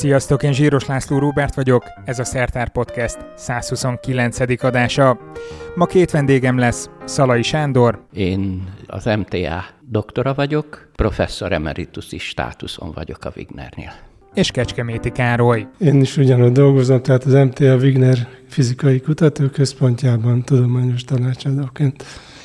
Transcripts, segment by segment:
Sziasztok, én Zsíros László Róbert vagyok, ez a Szertár Podcast 129. adása. Ma két vendégem lesz, Szalai Sándor. Én az MTA doktora vagyok, professzor emeritus is státuszon vagyok a Wignernél. És Kecskeméti Károly. Én is ugyanott dolgozom, tehát az MTA Wigner Fizikai Kutatóközpontjában tudományos tanácsadóként.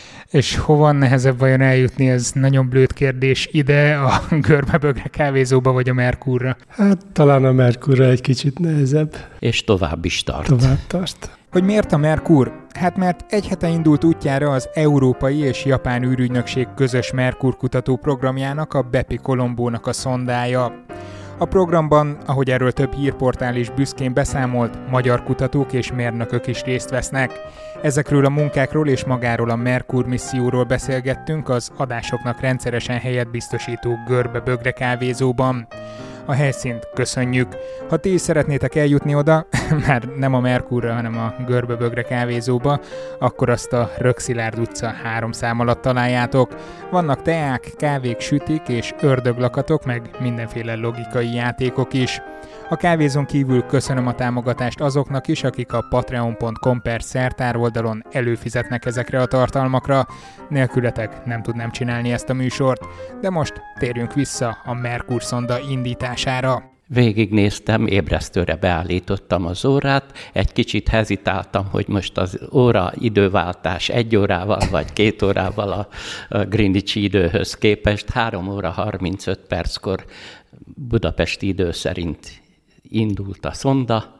És hova nehezebb vajon eljutni, ez nagyon blőd kérdés, ide a Görbe-Bögre kávézóba vagy a Merkurra? Hát talán a Merkurra egy kicsit nehezebb. És tovább is tart. Tovább tart. Hogy miért a Merkur? Hát mert egy hete indult útjára az európai és japán űrügynökség közös Merkur kutató programjának, a Bepi Colombónak a szondája. A programban, ahogy erről több hírportál is büszkén beszámolt, magyar kutatók és mérnökök is részt vesznek. Ezekről a munkákról és magáról a Merkur misszióról beszélgettünk az adásoknak rendszeresen helyet biztosító Görbe-Bögre kávézóban. A helyszínt köszönjük. Ha ti is szeretnétek eljutni oda, már nem a Merkurra, hanem a Görbe-Bögre kávézóba, akkor azt a Rökszilárd utca 3 szám alatt találjátok. Vannak teák, kávék, sütik és ördöglakatok, meg mindenféle logikai játékok is. A kávézón kívül köszönöm a támogatást azoknak is, akik a patreon.com/szertár oldalon előfizetnek ezekre a tartalmakra. Nélkületek nem tudnám csinálni ezt a műsort, de most térjünk vissza a Merkur szonda indítására. Végignéztem, ébresztőre beállítottam az órát, egy kicsit hezitáltam, hogy most az óra időváltás 1 órával vagy 2 órával a Greenwichi időhöz képest 3 óra 35 perckor budapesti idő szerint indult a szonda,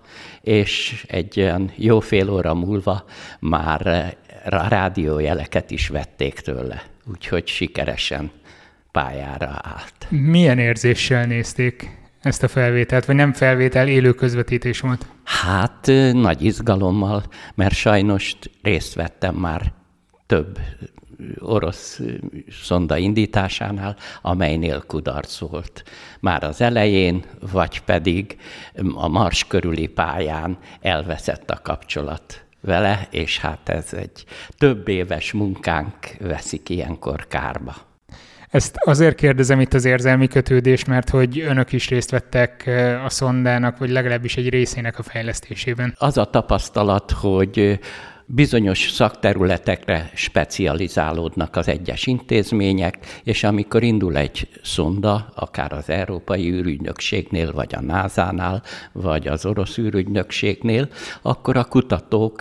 és egy olyan jó fél óra múlva már a rádiójeleket is vették tőle, úgyhogy sikeresen pályára állt. Milyen érzéssel nézték ezt a felvételt, vagy nem felvétel, élő közvetítés volt? Hát nagy izgalommal, mert sajnos részt vettem már több orosz szonda indításánál, amelynél kudarc volt. Már az elején, vagy pedig a Mars körüli pályán elveszett a kapcsolat vele, és hát ez egy több éves munkánk veszik ilyenkor kárba. Ezt azért kérdezem itt az érzelmi kötődést, mert hogy önök is részt vettek a szondának, vagy legalábbis egy részének a fejlesztésében. Az a tapasztalat, hogy bizonyos szakterületekre specializálódnak az egyes intézmények, és amikor indul egy szonda, akár az Európai űrügynökségnél, vagy a NASA-nál, vagy az orosz űrügynökségnél, akkor a kutatók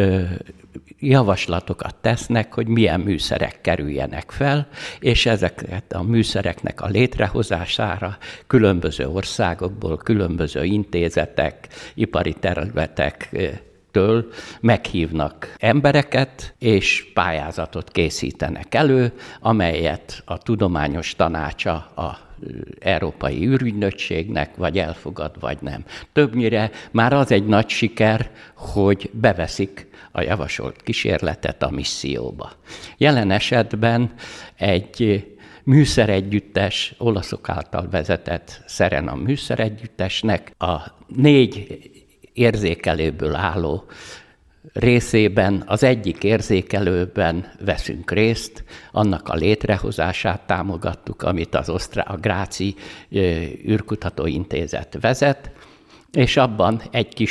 javaslatokat tesznek, hogy milyen műszerek kerüljenek fel, és ezeket a műszereknek a létrehozására különböző országokból, különböző intézetek, ipari területektől meghívnak embereket, és pályázatot készítenek elő, amelyet a tudományos tanácsa a Európai űrügynökségnek vagy elfogad, vagy nem. Többnyire már az egy nagy siker, hogy beveszik a javasolt kísérletet a misszióba. Jelen esetben egy műszeregyüttes, olaszok által vezetett Serena műszeregyüttesnek a 4 érzékelőből álló részében, az egyik érzékelőben veszünk részt, annak a létrehozását támogattuk, amit a Gráci űrkutatóintézet vezet, és abban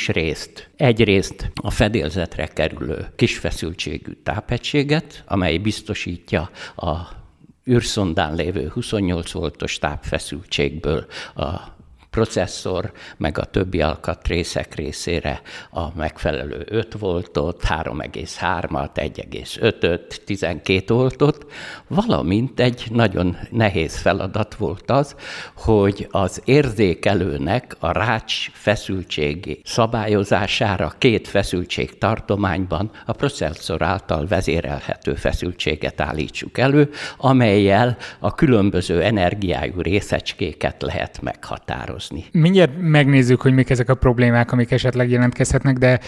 egy részt a fedélzetre kerülő kisfeszültségű tápegységet, amely biztosítja a űrszondán lévő 28 voltos tápfeszültségből a processzor, meg a többi alkatrészek részére a megfelelő 5 voltot, 3,3-at, 1,5-öt, 12 voltot, valamint egy nagyon nehéz feladat volt az, hogy az érzékelőnek a rács feszültségi szabályozására 2 feszültségtartományban a processzor által vezérelhető feszültséget állítsuk elő, amellyel a különböző energiájú részecskéket lehet meghatározni. Mindjárt megnézzük, hogy mik ezek a problémák, amik esetleg jelentkezhetnek, de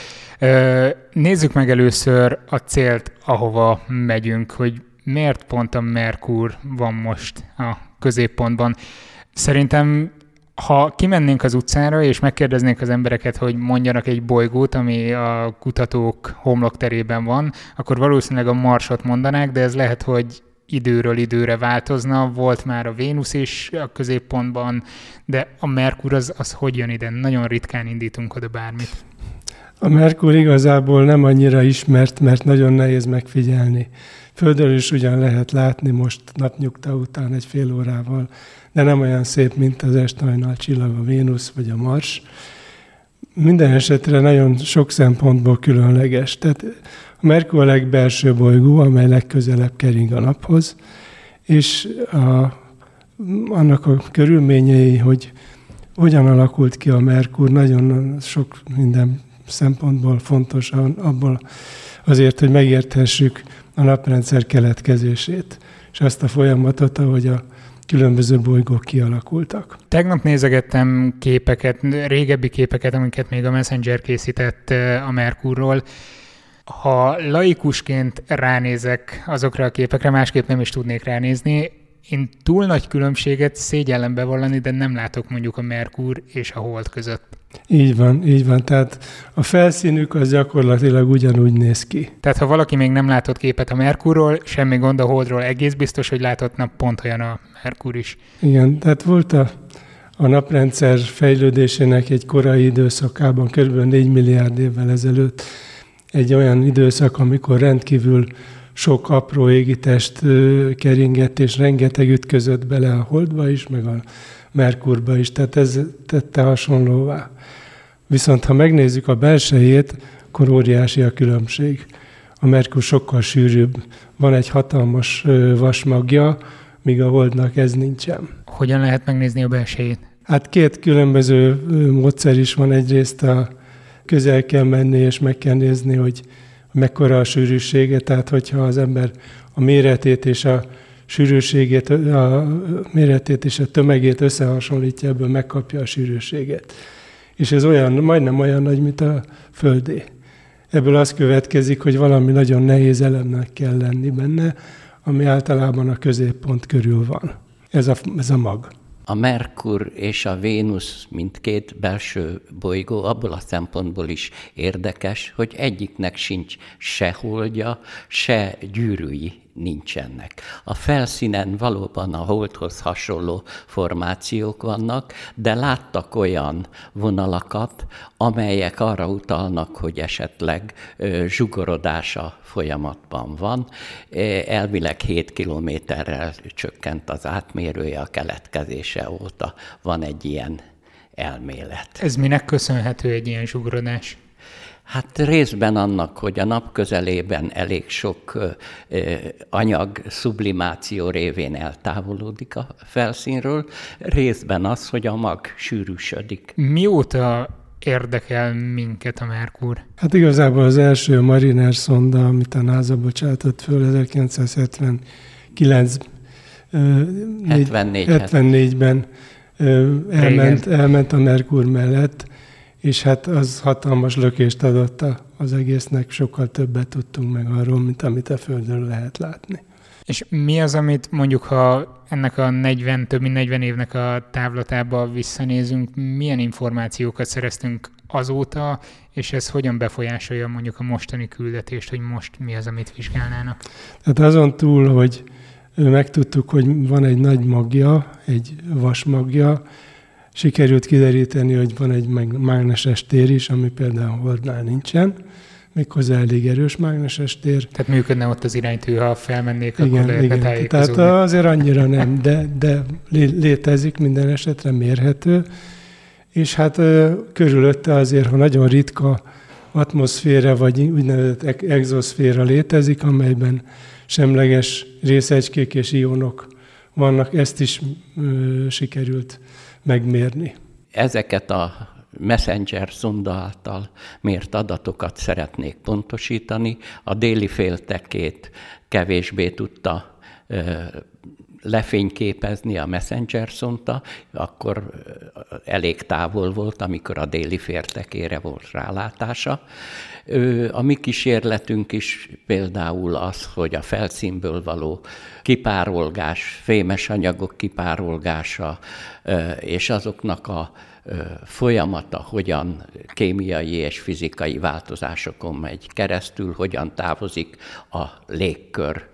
nézzük meg először a célt, ahova megyünk, hogy miért pont a Merkur van most a középpontban. Szerintem, ha kimennénk az utcára, és megkérdeznénk az embereket, hogy mondjanak egy bolygót, ami a kutatók homlokterében van, akkor valószínűleg a Marsot mondanák, de ez lehet, hogy időről időre változna, volt már a Vénusz is a középpontban, de a Merkur az hogy jön ide? Nagyon ritkán indítunk oda bármit. A Merkur igazából nem annyira ismert, mert nagyon nehéz megfigyelni. Földről is ugyan lehet látni most napnyugta után egy fél órával, de nem olyan szép, mint az esthajnal csillag, a Vénusz vagy a Mars. Minden esetre nagyon sok szempontból különleges. Tehát a Merkur a legbelső bolygó, amely legközelebb kering a Naphoz, és annak a körülményei, hogy hogyan alakult ki a Merkur, nagyon sok minden szempontból fontos abból azért, hogy megérthessük a naprendszer keletkezését, és azt a folyamatot, ahogy a különböző bolygók kialakultak. Tegnap nézegettem képeket, régebbi képeket, amiket még a Messenger készített a Merkurról. Ha laikusként ránézek azokra a képekre, másképp nem is tudnék ránézni. Én túl nagy különbséget szégyellem bevallani, de nem látok mondjuk a Merkur és a Hold között. Így van. Tehát a felszínük az gyakorlatilag ugyanúgy néz ki. Tehát ha valaki még nem látott képet a Merkurról, semmi gond, a Holdról egész biztos, hogy látott, pont olyan a Merkur is. Igen, tehát volt a naprendszer fejlődésének egy korai időszakában, kb. 4 milliárd évvel ezelőtt egy olyan időszak, amikor rendkívül sok apró égitest keringett, és rengeteg ütközött bele a Holdba is, meg a Merkurba is, tehát ez tette hasonlóvá. Viszont ha megnézzük a belsejét, akkor óriási a különbség. A Merkur sokkal sűrűbb, van egy hatalmas vasmagja, míg a Holdnak ez nincsen. Hogyan lehet megnézni a belsejét? Hát két különböző módszer is van. Egyrészt közel kell menni, és meg kell nézni, hogy mekkora a sűrűsége, tehát hogyha az ember a méretét és a sűrűségét, a méretét és a tömegét összehasonlítja, ebből megkapja a sűrűséget. És ez majdnem olyan nagy, mint a Földé. Ebből az következik, hogy valami nagyon nehéz elemnek kell lenni benne, ami általában a középpont körül van. Ez a mag. A Merkur és a Vénusz mindkét belső bolygó abból a szempontból is érdekes, hogy egyiknek sincs se holdja, se gyűrűi nincsenek. A felszínen valóban a Holdhoz hasonló formációk vannak, de láttak olyan vonalakat, amelyek arra utalnak, hogy esetleg zsugorodása folyamatban van. Elvileg 7 kilométerrel csökkent az átmérője a keletkezése óta. Van egy ilyen elmélet. Ez minek köszönhető egy ilyen zsugorodás? Hát részben annak, hogy a nap közelében elég sok anyag sublimáció révén eltávolodik a felszínről, részben az, hogy a mag sűrűsödik. Mióta érdekel minket a Merkur? Hát igazából az első Mariner szonda, amit a NASA bocsátott föl 1974-ben elment a Merkur mellett, és hát az hatalmas lökést adott az egésznek, sokkal többet tudtunk meg arról, mint amit a Földről lehet látni. És mi az, amit mondjuk, ha ennek a több mint 40 évnek a távlatába visszanézünk, milyen információkat szereztünk azóta, és ez hogyan befolyásolja mondjuk a mostani küldetést, hogy most mi az, amit vizsgálnának? Tehát azon túl, hogy megtudtuk, hogy van egy nagy magja, egy vasmagja, sikerült kideríteni, hogy van egy mágneses tér is, ami például Holdnál nincsen, méghozzá elég erős mágneses tér. Tehát működne ott az iránytű, ha felmennék, akkor lehetne tájékozódni. Tehát azért annyira nem, de létezik, minden esetre mérhető, és hát körülötte azért, ha nagyon ritka atmoszféra, vagy úgynevezett exoszféra létezik, amelyben semleges részecskék és ionok vannak, ezt is sikerült megmérni. Ezeket a Messenger szonda által mért adatokat szeretnék pontosítani. A déli féltekét kevésbé tudta lefényképezni a Messenger szonda, akkor elég távol volt, amikor a déli féltekére volt rálátása. A mi kísérletünk is például az, hogy a felszínből való kipárolgás, fémes anyagok kipárolgása és azoknak a folyamata, hogyan kémiai és fizikai változásokon megy keresztül, hogyan távozik a légkör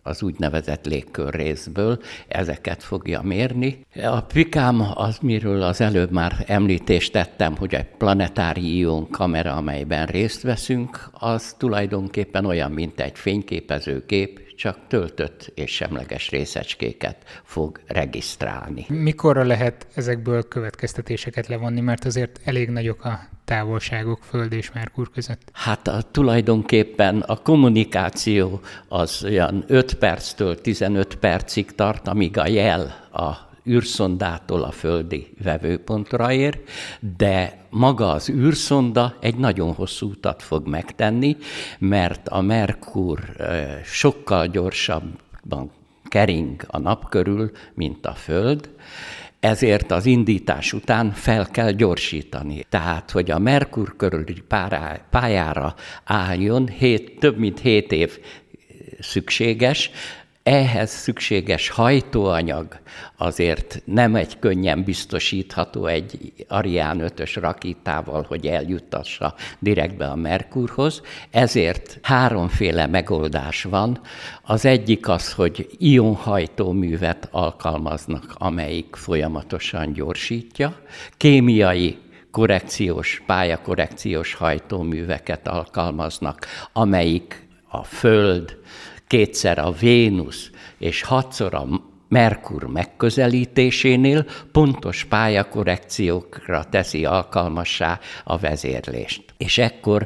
az úgynevezett légkörrészből, ezeket fogja mérni. A PICAM, az, miről az előbb már említést tettem, hogy egy planetári ion kamera, amelyben részt veszünk, az tulajdonképpen olyan, mint egy fényképezőgép, csak töltött és semleges részecskéket fog regisztrálni. Mikorra lehet ezekből következtetéseket levonni, mert azért elég nagyok a távolságok Föld és Merkur között? Hát tulajdonképpen a kommunikáció az olyan 5 perctől 15 percig tart, amíg a jel a űrszondától a földi vevőpontra ér, de maga az űrszonda egy nagyon hosszú utat fog megtenni, mert a Merkur sokkal gyorsabban kering a nap körül, mint a Föld, ezért az indítás után fel kell gyorsítani. Tehát, hogy a Merkur körüli pályára álljon, több mint 7 év szükséges. Ehhez szükséges hajtóanyag azért nem egy könnyen biztosítható egy Ariane 5-ös rakétával, hogy eljuttassa direktbe a Merkurhoz. Ezért 3 megoldás van. Az egyik az, hogy ionhajtóművet alkalmaznak, amelyik folyamatosan gyorsítja. Kémiai pályakorrekciós hajtóműveket alkalmaznak, amelyik a Föld, 2-szer a Vénusz és 6-szor a Merkur megközelítésénél pontos pályakorrekciókra teszi alkalmassá a vezérlést. És ekkor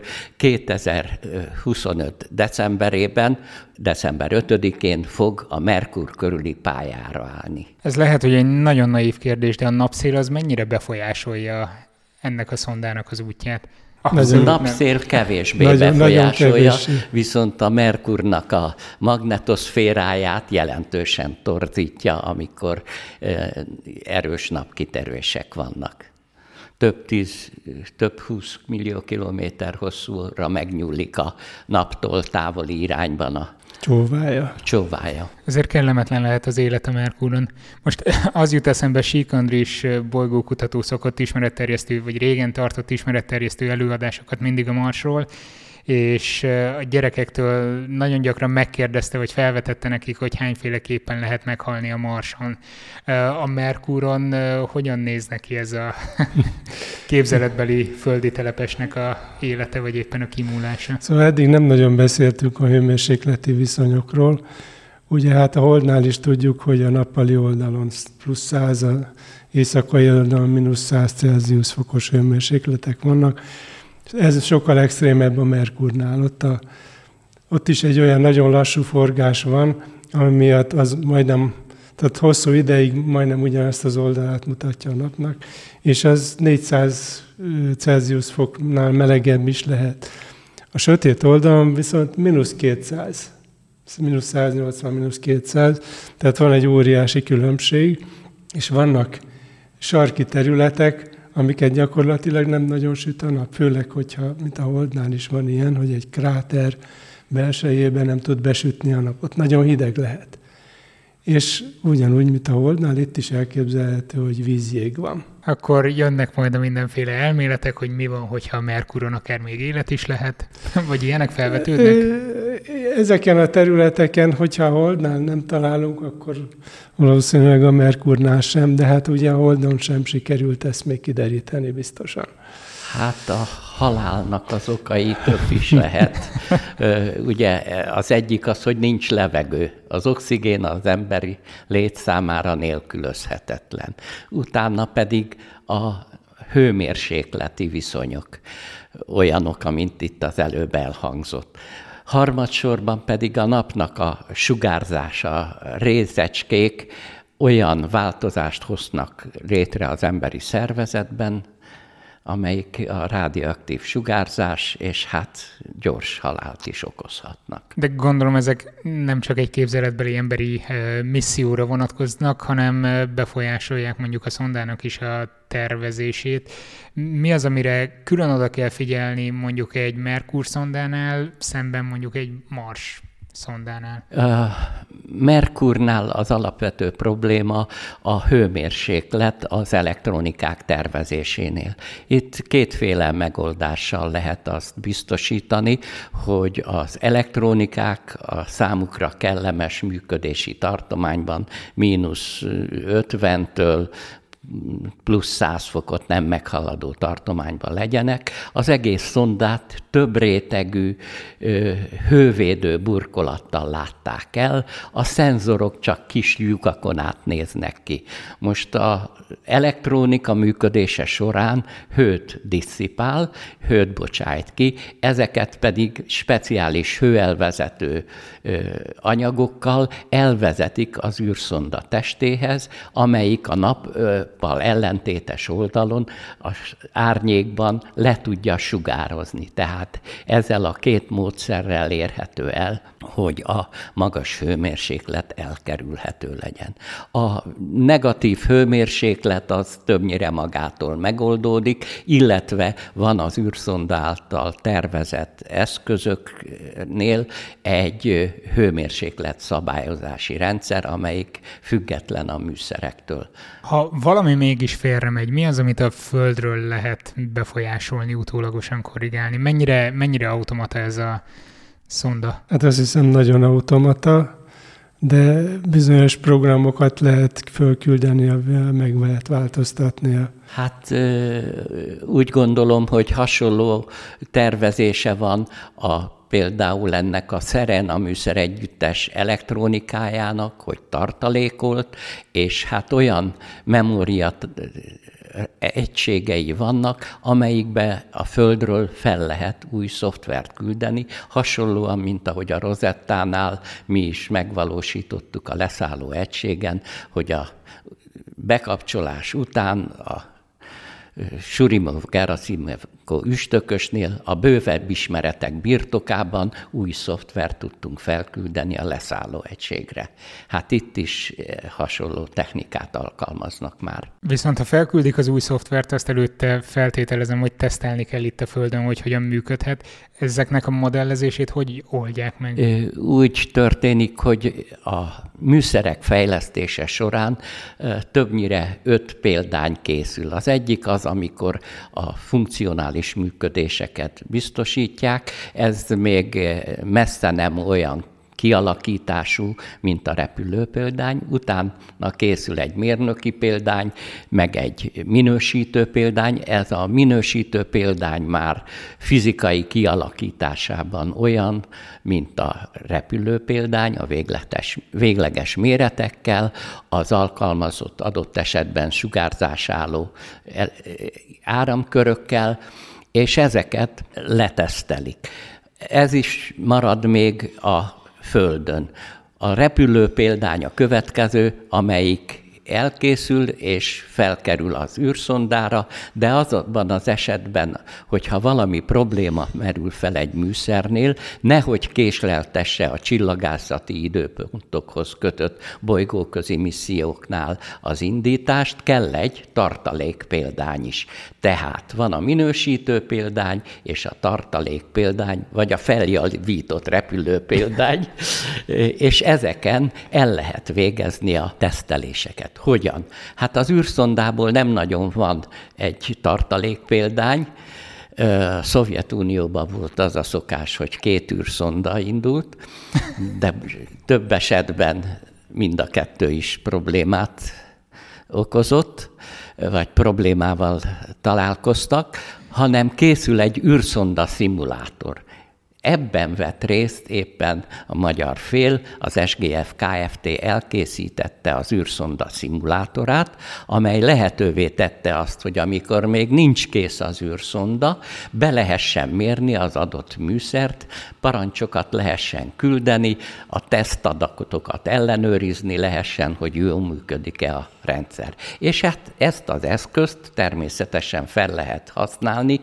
2025. december 5-én fog a Merkur körüli pályára állni. Ez lehet, hogy egy nagyon naív kérdés, de a napszél az mennyire befolyásolja ennek a szondának az útját? A napszél kevésbé befolyásolja, viszont a Merkurnak a magnetoszféráját jelentősen torzítja, amikor erős napkitörések vannak. Több 20 millió kilométer hosszúra megnyúlik a naptól távoli irányban a csóvája. Azért kellemetlen lehet az élet a Merkuron. Most az jut eszembe, Sík Andris bolygókutató szokott ismeretterjesztő, vagy régen tartott ismeretterjesztő előadásokat mindig a Marsról, és a gyerekektől nagyon gyakran megkérdezte, vagy felvetette nekik, hogy hányféleképpen lehet meghalni a Marson. A Merkuron hogyan néz neki ez a képzeletbeli földi telepesnek a élete, vagy éppen a kimúlása? Szóval eddig nem nagyon beszéltünk a hőmérsékleti viszonyokról. Ugye hát a Holdnál is tudjuk, hogy a nappali oldalon plusz 100, a éjszakai oldalon mínusz 100 Celsius fokos hőmérsékletek vannak. Ez sokkal extrémebb a Merkurnál. Ott is egy olyan nagyon lassú forgás van, ami miatt az majdnem, tehát hosszú ideig majdnem ugyanazt az oldalát mutatja a napnak, és az 400 Celsius foknál melegebb is lehet. A sötét oldalon viszont mínusz 200, mínusz 180, mínusz 200, tehát van egy óriási különbség, és vannak sarki területek, amiket gyakorlatilag nem nagyon süt a nap, főleg, hogyha, mint a Holdnál is van ilyen, hogy egy kráter belsejében nem tud besütni a napot. Nagyon hideg lehet. És ugyanúgy, mint a Holdnál, itt is elképzelhető, hogy vízjég van. Akkor jönnek majd a mindenféle elméletek, hogy mi van, hogyha a Merkuron akár még élet is lehet? Vagy ilyenek felvetődnek? Ezeken a területeken, hogyha a Holdnál nem találunk, akkor valószínűleg a Merkurnál sem, de hát ugye a Holdon sem sikerült ezt még kideríteni biztosan. Hát a halálnak az okai több is lehet. Ugye az egyik az, hogy nincs levegő. Az oxigén az emberi lét számára nélkülözhetetlen. Utána pedig a hőmérsékleti viszonyok olyanok, amint itt az előbb elhangzott. Harmadsorban pedig a napnak a sugárzása, részecskék olyan változást hoznak létre az emberi szervezetben, amelyik a radioaktív sugárzás, és hát gyors halált is okozhatnak. De gondolom ezek nem csak egy képzeletbeli emberi misszióra vonatkoznak, hanem befolyásolják mondjuk a szondának is a tervezését. Mi az, amire külön oda kell figyelni mondjuk egy Merkur szondánál, szemben mondjuk egy Mars szondánál? Merkurnál az alapvető probléma a hőmérséklet az elektronikák tervezésénél. Itt kétféle megoldással lehet azt biztosítani, hogy az elektronikák a számukra kellemes működési tartományban -50-től plusz 100 fokot nem meghaladó tartományban legyenek. Az egész szondát több rétegű hővédő burkolattal látták el, a szenzorok csak kis lyukakon át néznek ki. Most az elektronika működése során hőt disszipál, hőt bocsájt ki, ezeket pedig speciális hőelvezető anyagokkal elvezetik az űrszonda testéhez, amelyik a nappal ellentétes oldalon, az árnyékban le tudja sugározni. Tehát ezzel a két módszerrel érhető el, hogy a magas hőmérséklet elkerülhető legyen. A negatív hőmérséklet az többnyire magától megoldódik, illetve van az űrszonda által tervezett eszközöknél egy hőmérséklet szabályozási rendszer, amelyik független a műszerektől. Ha valami mégis félremegy, mi az, amit a Földről lehet befolyásolni, utólagosan korrigálni? Mennyire automata ez a szonda? Hát azt hiszem nagyon automata, de bizonyos programokat lehet fölküldeni, meg lehet változtatnia. Hát úgy gondolom, hogy hasonló tervezése van például ennek a Serena műszer együttes elektronikájának, hogy tartalékolt, és hát olyan memória egységei vannak, amelyikbe a Földről fel lehet új szoftvert küldeni, hasonlóan, mint ahogy a Rosettánál mi is megvalósítottuk a leszálló egységen, hogy a bekapcsolás után a Churyumov-Gerasimenko üstökösnél a bővebb ismeretek birtokában új szoftvert tudtunk felküldeni a leszálló egységre. Hát itt is hasonló technikát alkalmaznak már. Viszont ha felküldik az új szoftvert, azt előtte feltételezem, hogy tesztelni kell itt a Földön, hogy hogyan működhet. Ezeknek a modellezését hogy oldják meg? Úgy történik, hogy a műszerek fejlesztése során többnyire 5 példány készül. Az egyik az, amikor a funkcionális működéseket biztosítják, ez még messze nem olyan kialakítású, mint a repülőpéldány. Utána készül egy mérnöki példány, meg egy minősítő példány. Ez a minősítő példány már fizikai kialakításában olyan, mint a repülőpéldány, a végleges méretekkel, az alkalmazott adott esetben sugárzásálló áramkörökkel, és ezeket letesztelik. Ez is marad még a Földön. A repülő példány a következő, amelyik elkészül és felkerül az űrszondára, de azonban az esetben, hogyha valami probléma merül fel egy műszernél, nehogy késleltesse a csillagászati időpontokhoz kötött bolygóközi misszióknál az indítást, kell egy tartalékpéldány is. Tehát van a minősítő példány és a tartalékpéldány, vagy a feljavított repülőpéldány, és ezeken el lehet végezni a teszteléseket. Hogyan? Hát az űrszondából nem nagyon van egy tartalékpéldány. Szovjetunióban volt az a szokás, hogy 2 űrszonda indult, de több esetben mind a 2 is problémát okozott, vagy problémával találkoztak, hanem készül egy űrszonda szimulátor. Ebben vett részt éppen a magyar fél, az SGF Kft. Elkészítette az űrszonda szimulátorát, amely lehetővé tette azt, hogy amikor még nincs kész az űrszonda, be lehessen mérni az adott műszert, parancsokat lehessen küldeni, a tesztadatokat ellenőrizni lehessen, hogy jól működik-e a rendszer. És hát ezt az eszközt természetesen fel lehet használni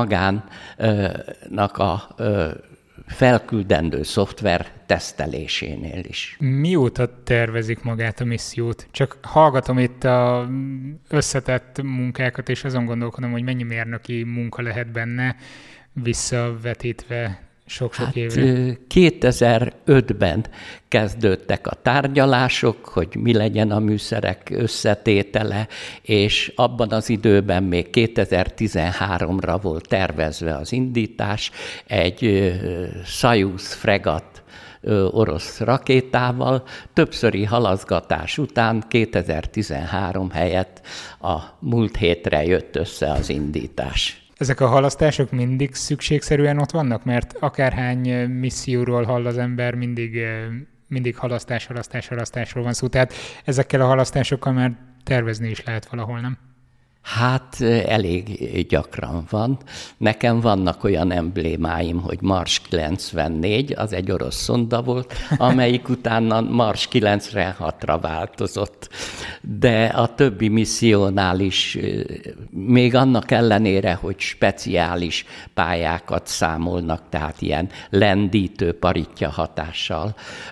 magának a felküldendő szoftver tesztelésénél is. Mióta tervezik magát a missziót? Csak hallgatom itt az összetett munkákat, és azon gondolkodom, hogy mennyi mérnöki munka lehet benne, visszavetítve sok-sok évre. 2005-ben kezdődtek a tárgyalások, hogy mi legyen a műszerek összetétele, és abban az időben még 2013-ra volt tervezve az indítás, egy Szajuz fregat orosz rakétával, többszöri halaszgatás után 2013 helyett a múlt hétre jött össze az indítás. Ezek a halasztások mindig szükségszerűen ott vannak? Mert akárhány misszióról hall az ember, mindig halasztásról van szó. Tehát ezekkel a halasztásokkal már tervezni is lehet valahol, nem? Hát elég gyakran van. Nekem vannak olyan emblémáim, hogy Mars 94, az egy orosz szonda volt, amelyik utána Mars 96-ra változott. De a többi missziónál is, még annak ellenére, hogy speciális pályákat számolnak, tehát ilyen lendítő paritja hatással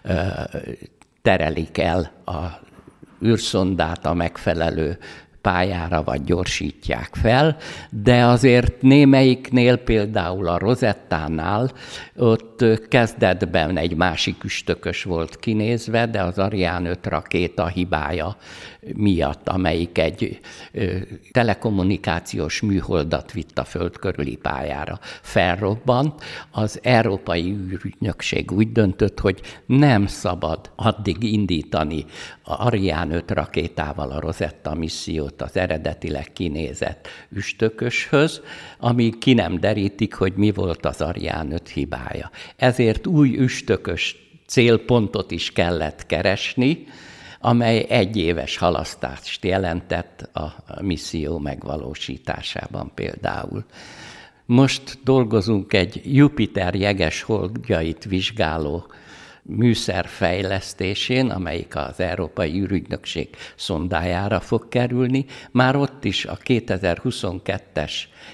terelik el a űrszondát a megfelelő pályára, vagy gyorsítják fel, de azért némelyiknél, például a Rosettánál, ott kezdetben egy másik üstökös volt kinézve, de az Ariane 5 rakéta hibája miatt, amelyik egy telekommunikációs műholdat vitt a Föld körüli pályára, felrobbant. Az Európai űrügynökség úgy döntött, hogy nem szabad addig indítani a Ariane 5 rakétával a Rosetta missziót az eredetileg kinézett üstököshöz, amíg ki nem derítik, hogy mi volt az Ariane 5 hibája. Ezért új üstökös célpontot is kellett keresni, amely egyéves halasztást jelentett a misszió megvalósításában például. Most dolgozunk egy Jupiter jeges holdjait vizsgáló műszer fejlesztésén, amelyik az Európai űrügynökség szondájára fog kerülni. Már ott is a 2022-es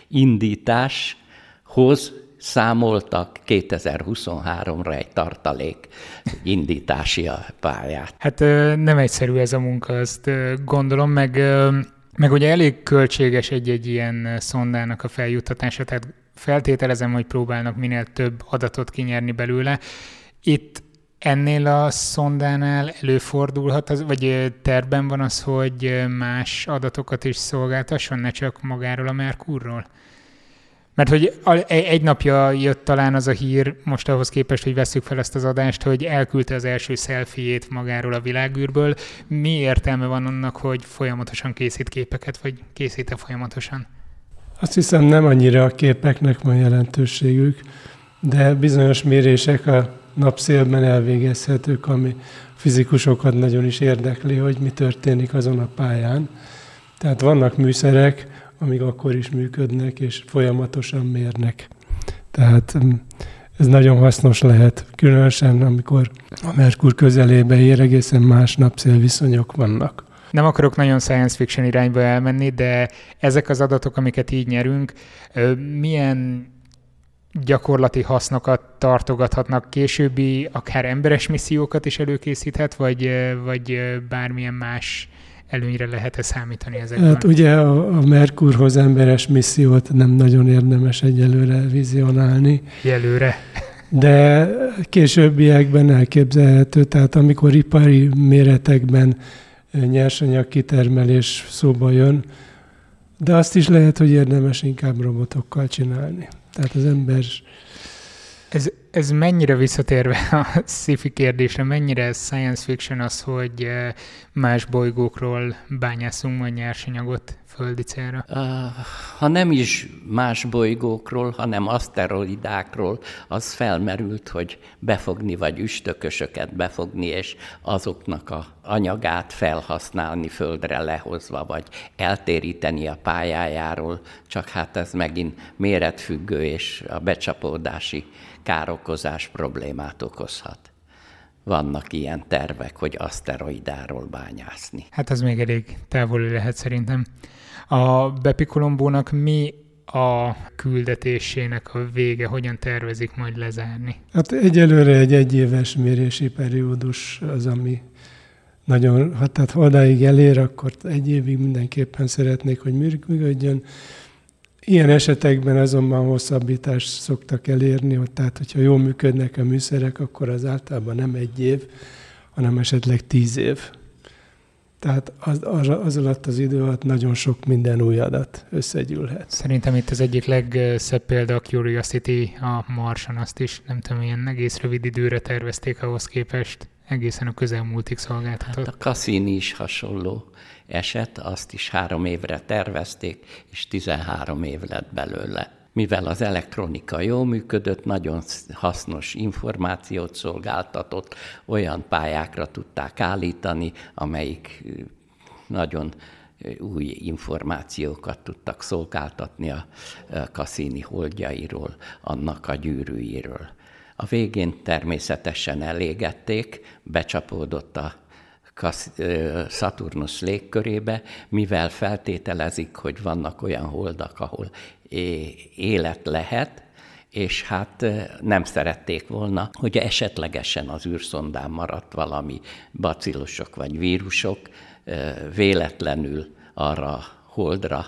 indításhoz számoltak 2023-ra egy tartalék indítási pályát. Hát nem egyszerű ez a munka, azt gondolom, meg ugye elég költséges egy ilyen szondának a feljuttatása, tehát feltételezem, hogy próbálnak minél több adatot kinyerni belőle. Itt ennél a szondánál előfordulhat, vagy tervben van az, hogy más adatokat is szolgáltasson, ne csak magáról a Merkurról? Mert hogy egy napja jött talán az a hír, most ahhoz képest, hogy vesszük fel ezt az adást, hogy elküldte az első selfie-jét magáról a világűrből. Mi értelme van annak, hogy folyamatosan készít képeket, vagy készít-e folyamatosan? Azt hiszem, nem annyira a képeknek van jelentőségük, de bizonyos mérések a napszélben elvégezhetők, ami fizikusokat nagyon is érdekli, hogy mi történik azon a pályán. Tehát vannak műszerek, amik akkor is működnek, és folyamatosan mérnek. Tehát ez nagyon hasznos lehet, különösen amikor a Merkur közelébe ér, egészen más napszélviszonyok vannak. Nem akarok nagyon science fiction irányba elmenni, de ezek az adatok, amiket így nyerünk, milyen gyakorlati hasznokat tartogathatnak, későbbi akár emberes missziókat is előkészíthet, vagy bármilyen más előnyre lehet-e számítani ezekben? Hát ugye a Merkurhoz emberes missziót nem nagyon érdemes egyelőre vizionálni. Jelőre. De későbbiekben elképzelhető, tehát amikor ipari méretekben nyersanyag kitermelés szóba jön, de azt is lehet, hogy érdemes inkább robotokkal csinálni. Tehát az ember... Ez mennyire visszatérve a sci-fi kérdésre, mennyire science fiction az, hogy más bolygókról bányászunk majd nyersanyagot földi célra? Ha nem is más bolygókról, hanem aszteroidákról, az felmerült, hogy befogni, vagy üstökösöket befogni, és azoknak a anyagát felhasználni földre lehozva, vagy eltéríteni a pályájáról, csak hát ez megint méretfüggő, és a becsapódási károkozás problémát okozhat. Vannak ilyen tervek, hogy aszteroidáról bányászni. Hát az még elég távoli lehet szerintem. A Bepi Colombónak mi a küldetésének a vége, hogyan tervezik majd lezárni? Hát egyelőre egy egyéves mérési periódus az, ami nagyon, tehát ha odáig elér, akkor egy évig mindenképpen szeretnék, hogy működjön. Ilyen esetekben azonban hosszabbítást szoktak elérni, tehát hogyha jól működnek a műszerek, akkor az általában nem 1 év, hanem esetleg 10 év. Tehát az alatt az idő alatt nagyon sok minden új adat összegyűlhet. Szerintem itt az egyik legszebb példa a Curiosity a Marson, azt is nem tudom, ilyen egész rövid időre tervezték ahhoz képest, egészen a közelmúltig szolgáltatott. Hát a Cassini is hasonló eset, azt is 3 évre tervezték, és 13 év lett belőle. Mivel az elektronika jól működött, nagyon hasznos információt szolgáltatott, olyan pályákra tudták állítani, amelyik nagyon új információkat tudtak szolgáltatni a Cassini holdjairól, annak a gyűrűiről. A végén természetesen elégették, becsapódott a Szaturnusz légkörébe, mivel feltételezik, hogy vannak olyan holdak, ahol élet lehet, és hát nem szerették volna, hogy esetlegesen az űrszondán maradt valami bacillusok vagy vírusok véletlenül arra a holdra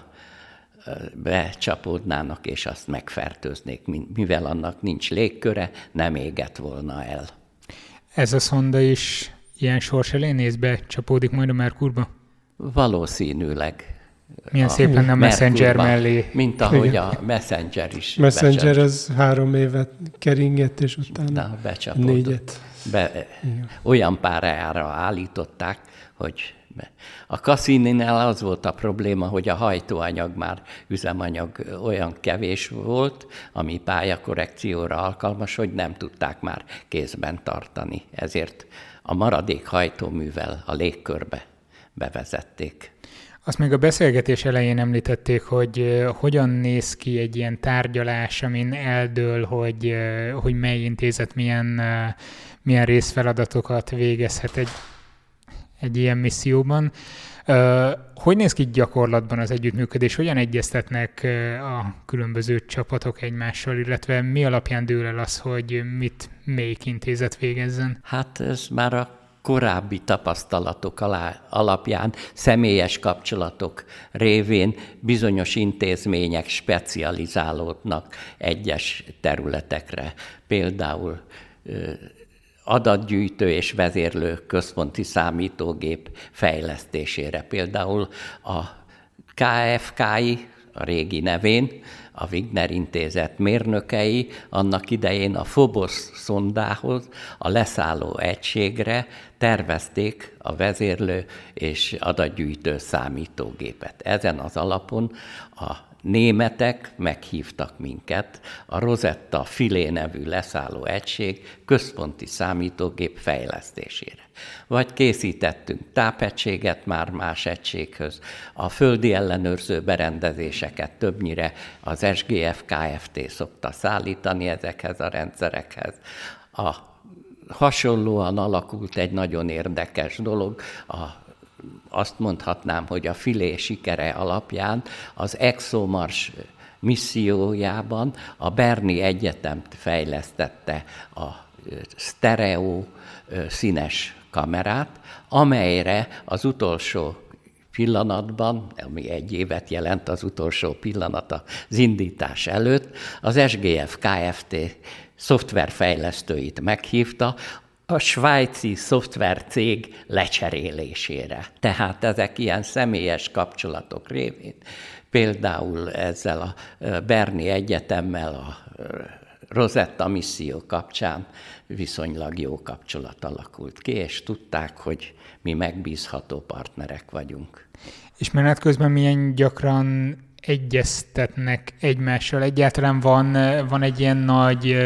becsapódnának, és azt megfertőznék, mivel annak nincs légköre, nem égett volna el. Ez a szonda is ilyen sors elé néz, becsapódik majd a Merkurba? Valószínűleg. Milyen szép lenne a Messenger mellé. Mint ahogy a Messenger is. Messenger az 3 évet keringett, és utána 4. Olyan pályára állították, hogy a Cassini-nál az volt a probléma, hogy a hajtóanyag már üzemanyag olyan kevés volt, ami pályakorrekcióra alkalmas, hogy nem tudták már kézben tartani. Ezért a maradék hajtóművel a légkörbe bevezették. Azt még a beszélgetés elején említették, hogy hogyan néz ki egy ilyen tárgyalás, amin eldől, hogy mely intézet milyen részfeladatokat végezhet egy ilyen misszióban. Hogy néz ki gyakorlatban az együttműködés? Hogyan egyeztetnek a különböző csapatok egymással, illetve mi alapján dől el az, hogy mit melyik intézet végezzen? Hát ez már a korábbi tapasztalatok alapján, személyes kapcsolatok révén bizonyos intézmények specializálódnak egyes területekre. Például adatgyűjtő és vezérlő központi számítógép fejlesztésére. Például a KFKI, a régi nevén, a Wigner Intézet mérnökei annak idején a Phobos szondához, a leszálló egységre tervezték a vezérlő és adatgyűjtő számítógépet. Ezen az alapon a németek meghívtak minket a Rosetta Philae nevű leszálló egység központi számítógép fejlesztésére. Vagy készítettünk tápegységet már más egységhöz, a földi ellenőrző berendezéseket többnyire az SGF Kft. Szokta szállítani ezekhez a rendszerekhez. Hasonlóan alakult egy nagyon érdekes dolog, azt mondhatnám, hogy a Philae sikere alapján az ExoMars missziójában a Berni Egyetem fejlesztette a sztereó színes kamerát, amelyre az utolsó pillanatban, ami 1 évet jelent az utolsó pillanat az indítás előtt, az SGF Kft. Szoftverfejlesztőit meghívta, a svájci szoftvercég lecserélésére. Tehát ezek ilyen személyes kapcsolatok révén, például ezzel a Berni Egyetemmel a Rosetta misszió kapcsán viszonylag jó kapcsolat alakult ki, és tudták, hogy mi megbízható partnerek vagyunk. És menet közben milyen gyakran egyeztetnek egymással? Egyáltalán van egy ilyen nagy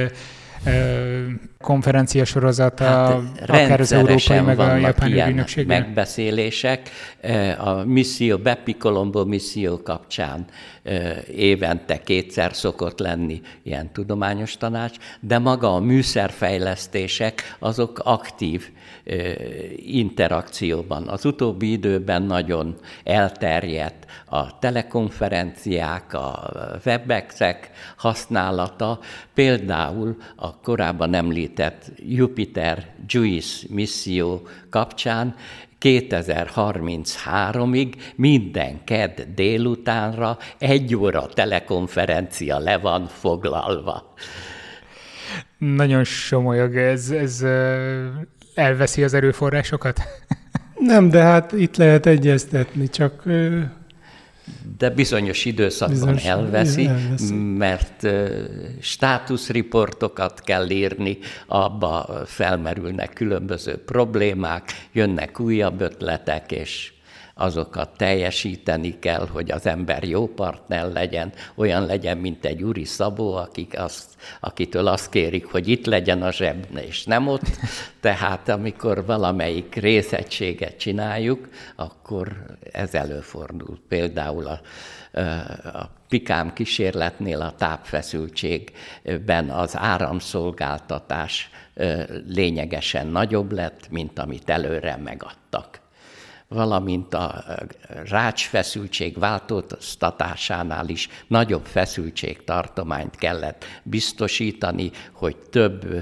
konferencia sorozata, akár az európai, meg a japán űrügynökségben? Megbeszélések. A misszió, Bepi Colombo misszió kapcsán évente 2-szer szokott lenni ilyen tudományos tanács, de maga a műszerfejlesztések azok aktív interakcióban. Az utóbbi időben nagyon elterjedt a telekonferenciák, a Webexek használata, például a korábban említett Jupiter JUICE misszió kapcsán 2033-ig minden kedd délutánra 1 óra telekonferencia le van foglalva. Nagyon somolyog, ez elveszi az erőforrásokat? Nem, de hát itt lehet egyeztetni, csak... De bizonyos időszakban elveszi, mert státuszriportokat kell írni, abba felmerülnek különböző problémák, jönnek újabb ötletek, és azokat teljesíteni kell, hogy az ember jó partner legyen, olyan legyen, mint egy Uri Szabó, akitől azt kérik, hogy itt legyen a zseb, és nem ott. Tehát amikor valamelyik részegységet csináljuk, akkor ez előfordul. Például a Pikám kísérletnél a tápfeszültségben az áramszolgáltatás lényegesen nagyobb lett, mint amit előre megadtak. Valamint a rácsfeszültség változtatásánál is nagyobb feszültségtartományt kellett biztosítani, hogy több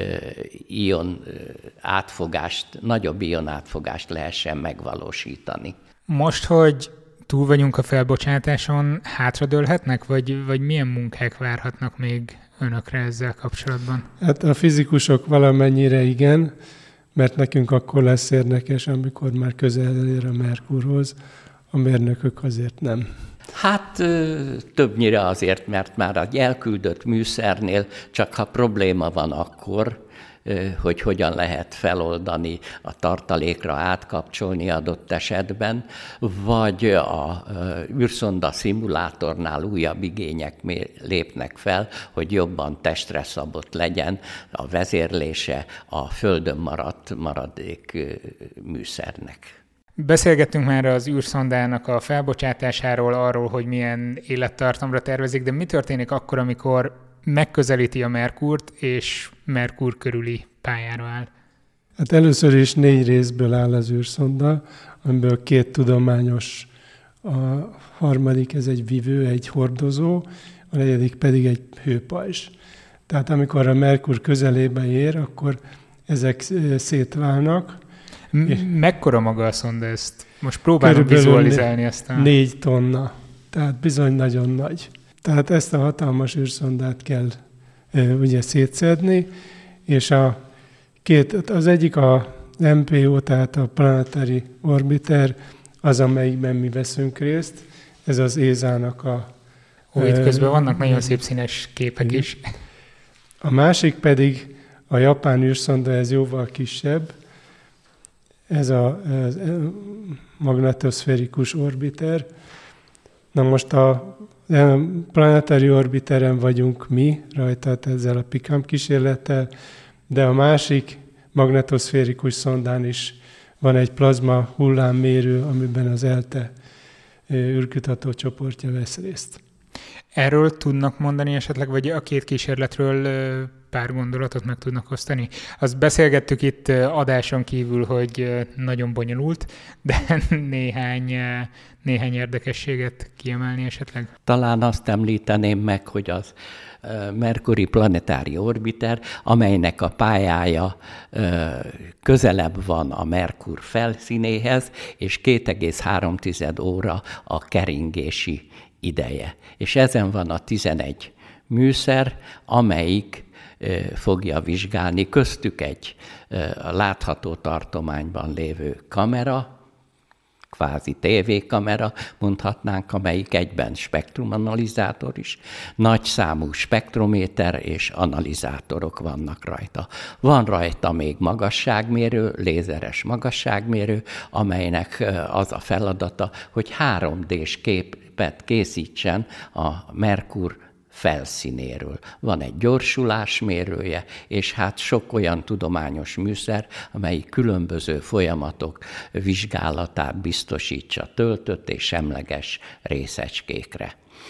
nagyobb ion átfogást lehessen megvalósítani. Most, hogy túl vagyunk a felbocsátáson, hátradőlhetnek, vagy milyen munkák várhatnak még önökre ezzel kapcsolatban? Hát a fizikusok valamennyire igen, mert nekünk akkor lesz érdekes, amikor már közel ér a Merkurhoz, a mérnökök azért nem. Hát többnyire azért, mert már a elküldött műszernél csak ha probléma van akkor, hogy hogyan lehet feloldani, a tartalékra átkapcsolni adott esetben, vagy a űrszonda szimulátornál újabb igények lépnek fel, hogy jobban testre szabott legyen a vezérlése a Földön maradt maradék műszernek. Beszélgettünk már az űrszondának a felbocsátásáról, arról, hogy milyen élettartamra tervezik, de mi történik akkor, amikor megközelíti a Merkurt, és Merkur körüli pályára áll? Hát először is 4 részből áll az űrszonda, amiből 2 tudományos, a harmadik ez egy vivő, egy hordozó, a negyedik pedig egy hőpajzs. Tehát amikor a Merkur közelébe ér, akkor ezek szétválnak. Mekkora maga a szonda ezt? Most próbálom vizualizálni ezt. 4 tonna, tehát bizony nagyon nagy. Tehát ezt a hatalmas űrszondát kell ugye szétszedni, és az egyik a MPO, tehát a Planetary Orbiter, az, amelyikben mi veszünk részt, ez az ESA-nak a... Itt közben vannak nagyon szép színes képek is. A másik pedig a japán űrszonda, ez jóval kisebb, ez a magnetoszférikus orbiter. Na most a Planetary Orbiteren vagyunk mi rajta, ezzel a Pikám kísérlettel, de a másik magnetoszférikus szondán is van egy plazma hullámmérő, amiben az ELTE űrkutató csoportja vesz részt. Erről tudnak mondani esetleg, vagy a 2 kísérletről pár gondolatot meg tudnak osztani? Azt beszélgettük itt adáson kívül, hogy nagyon bonyolult, de néhány érdekességet kiemelni esetleg? Talán azt említeném meg, hogy az Mercury Planetary Orbiter, amelynek a pályája közelebb van a Merkur felszínéhez, és 2,3 óra a keringési ideje. És ezen van a 11 műszer, amelyik fogja vizsgálni, köztük egy látható tartományban lévő kamera, kvázi tévékamera, mondhatnánk, amelyik egyben spektrumanalizátor is. Nagy számú spektrométer és analizátorok vannak rajta. Van rajta még magasságmérő, lézeres magasságmérő, amelynek az a feladata, hogy 3D-s képet készítsen a Merkur felszínéről. Van egy gyorsulásmérője, és hát sok olyan tudományos műszer, amelyik különböző folyamatok vizsgálatát biztosítsa töltött és semleges részecskékre.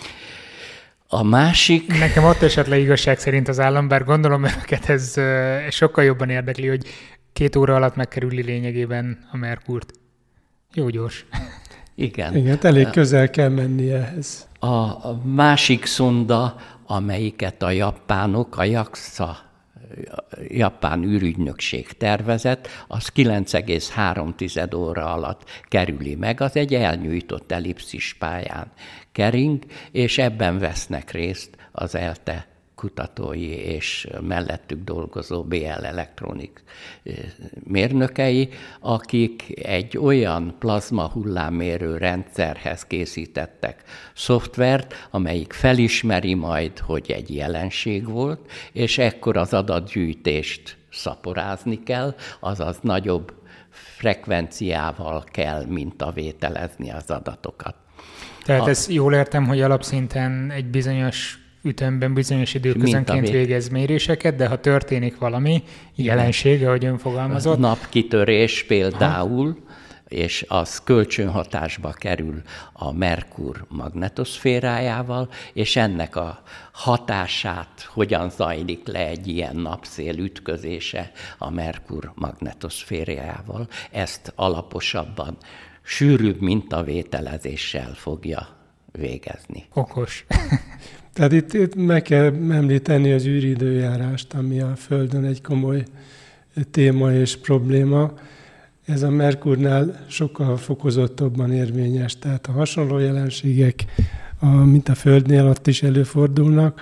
A másik... Nekem ott esett le igazság szerint az állam, bár gondolom önöket ez sokkal jobban érdekli, hogy 2 óra alatt megkerüli lényegében a Merkurt. Jó gyors. Igen. Igen, elég közel kell menni ehhez. A másik szonda, amelyiket a japánok, a JAXA japán űrügynökség tervezett, az 9,3 óra alatt kerüli meg, az egy elnyújtott ellipszis pályán kering, és ebben vesznek részt az ELTE kutatói és mellettük dolgozó BL Electronics mérnökei, akik egy olyan plazma hullámmérő rendszerhez készítettek szoftvert, amelyik felismeri majd, hogy egy jelenség volt, és ekkor az adatgyűjtést szaporázni kell, azaz nagyobb frekvenciával kell mintavételezni az adatokat. Tehát ezt jól értem, hogy alapszinten egy bizonyos ütemben, bizonyos időközönként végez méréseket, de ha történik valami jelenség, ahogy ön fogalmazott. Napkitörés például, és az kölcsönhatásba kerül a Merkur magnetoszférájával, és ennek a hatását hogyan zajlik le egy ilyen napszél ütközése a Merkur magnetoszférájával, ezt alaposabban, sűrűbb mintavételezéssel fogja végezni. Okos. Tehát itt meg kell említeni az űridőjárást, ami a Földön egy komoly téma és probléma. Ez a Merkurnál sokkal fokozottabban érvényes, tehát a hasonló jelenségek, mint a Földnél, ott is előfordulnak,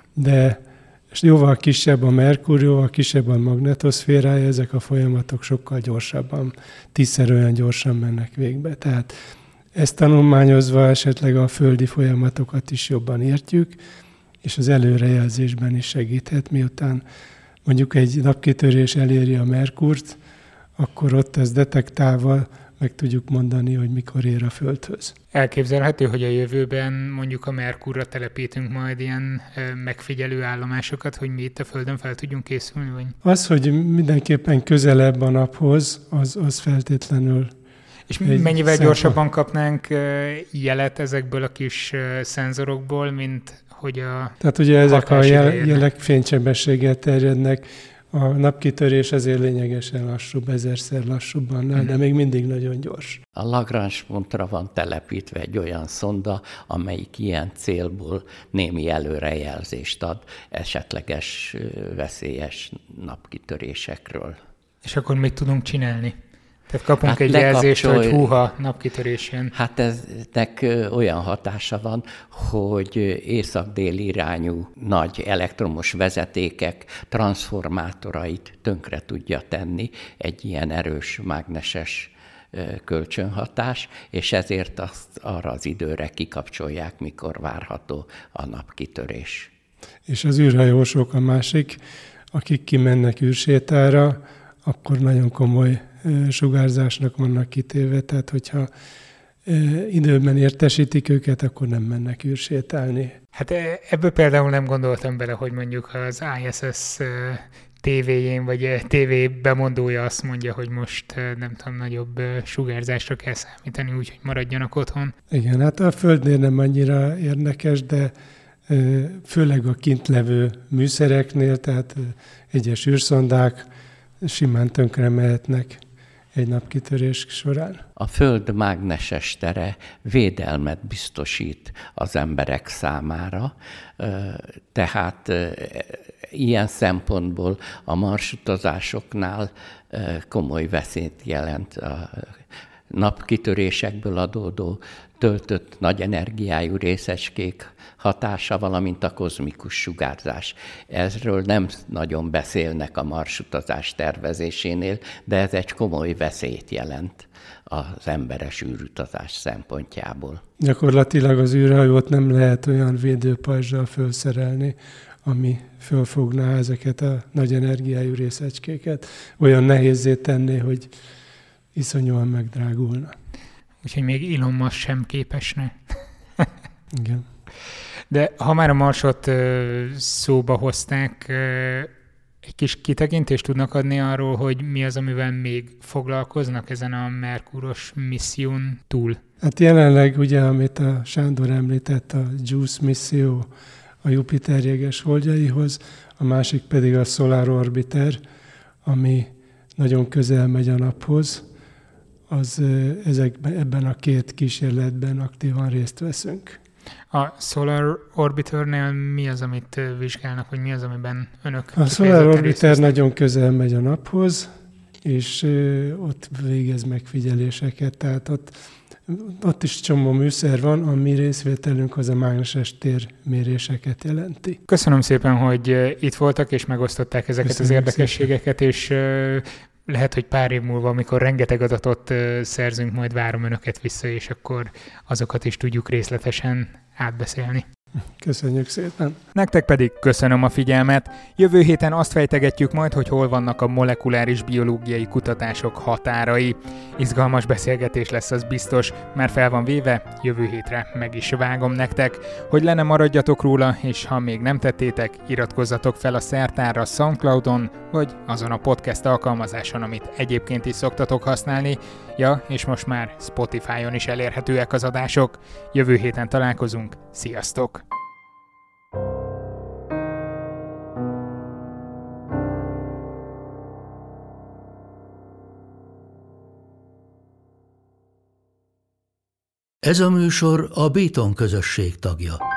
de jóval kisebb a Merkur, jóval kisebb a magnetoszférája, ezek a folyamatok sokkal gyorsabban, 10-szer olyan gyorsan mennek végbe. Tehát ezt tanulmányozva esetleg a földi folyamatokat is jobban értjük, és az előrejelzésben is segíthet, miután mondjuk egy napkitörés eléri a Merkurt, akkor ott ez detektálva meg tudjuk mondani, hogy mikor ér a Földhöz. Elképzelhető, hogy a jövőben mondjuk a Merkurra telepítünk majd ilyen megfigyelő állomásokat, hogy mi itt a Földön fel tudjunk készülni? Vagy? Az, hogy mindenképpen közelebb a naphoz, az feltétlenül. És mennyivel gyorsabban kapnánk jelet ezekből a kis szenzorokból, mint hogy a... Tehát ugye ezek a jelek fénysebességgel terjednek, a napkitörés azért lényegesen lassúbb, 1000-szer lassúbb annál, de még mindig nagyon gyors. A Lagrange pontra van telepítve egy olyan szonda, amelyik ilyen célból némi előrejelzést ad esetleges veszélyes napkitörésekről. És akkor mit tudunk csinálni? Tehát kapunk egy jelzést, hogy húha, napkitörés jön. Hát eznek olyan hatása van, hogy észak-dél irányú nagy elektromos vezetékek transformátorait tönkre tudja tenni egy ilyen erős mágneses kölcsönhatás, és ezért azt arra az időre kikapcsolják, mikor várható a napkitörés. És az űrhajósok a másik, akik kimennek űrsétára, akkor nagyon komoly sugárzásnak vannak kitéve, tehát hogyha időben értesítik őket, akkor nem mennek űrsétálni. Hát ebből például nem gondoltam bele, hogy mondjuk az ISS tévéjén, vagy TV bemondója azt mondja, hogy most nem tudom, nagyobb sugárzásra kell számítani, úgyhogy maradjanak otthon. Igen, hát a Földnél nem annyira érdekes, de főleg a kint levő műszereknél, tehát egyes űrszondák simán tönkre mehetnek egy napkitörés során. A Föld mágneses tere védelmet biztosít az emberek számára, tehát ilyen szempontból a marsutazásoknál komoly veszélyt jelent a napkitörésekből adódó töltött nagy energiájú részecskék hatása, valamint a kozmikus sugárzás. Ezről nem nagyon beszélnek a marsutazás tervezésénél, de ez egy komoly veszélyt jelent az emberes űrutazás szempontjából. Gyakorlatilag az űrhajót nem lehet olyan védőpajzsal felszerelni, ami fölfogná ezeket a nagy energiájú részecskéket. Olyan nehézzé tenni, hogy iszonyúan megdrágulna. Úgyhogy még Elon Musk sem képesne. Igen. De ha már a Marsot szóba hozták, egy kis kitekintést tudnak adni arról, hogy mi az, amivel még foglalkoznak ezen a Merkuros misszión túl? Hát jelenleg ugye, amit a Sándor említett, a JUICE misszió a Jupiter jeges holdjaihoz, a másik pedig a Solar Orbiter, ami nagyon közel megy a naphoz, ebben a két kísérletben aktívan részt veszünk. A Solar Orbiternél mi az, amit vizsgálnak, vagy mi az, amiben önök? A Solar Orbiter nagyon közel megy a naphoz, és ott végez megfigyeléseket, tehát ott is csomó műszer van, a mi részvételünk az a mágneses térméréseket jelenti. Köszönöm szépen, hogy itt voltak, és megosztották ezeket az érdekességeket, és lehet, hogy pár év múlva, amikor rengeteg adatot szerzünk, majd várom önöket vissza, és akkor azokat is tudjuk részletesen átbeszélni. Köszönjük szépen! Nektek pedig köszönöm a figyelmet. Jövő héten azt fejtegetjük majd, hogy hol vannak a molekuláris biológiai kutatások határai. Izgalmas beszélgetés lesz, az biztos, már fel van véve, jövő hétre meg is vágom nektek. Hogy le ne maradjatok róla, és ha még nem tettétek, iratkozzatok fel a Szertárra SoundCloudon, vagy azon a podcast alkalmazáson, amit egyébként is szoktatok használni. Ja, és most már Spotify-on is elérhetőek az adások. Jövő héten találkozunk, sziasztok! Ez a műsor a Béton közösség tagja.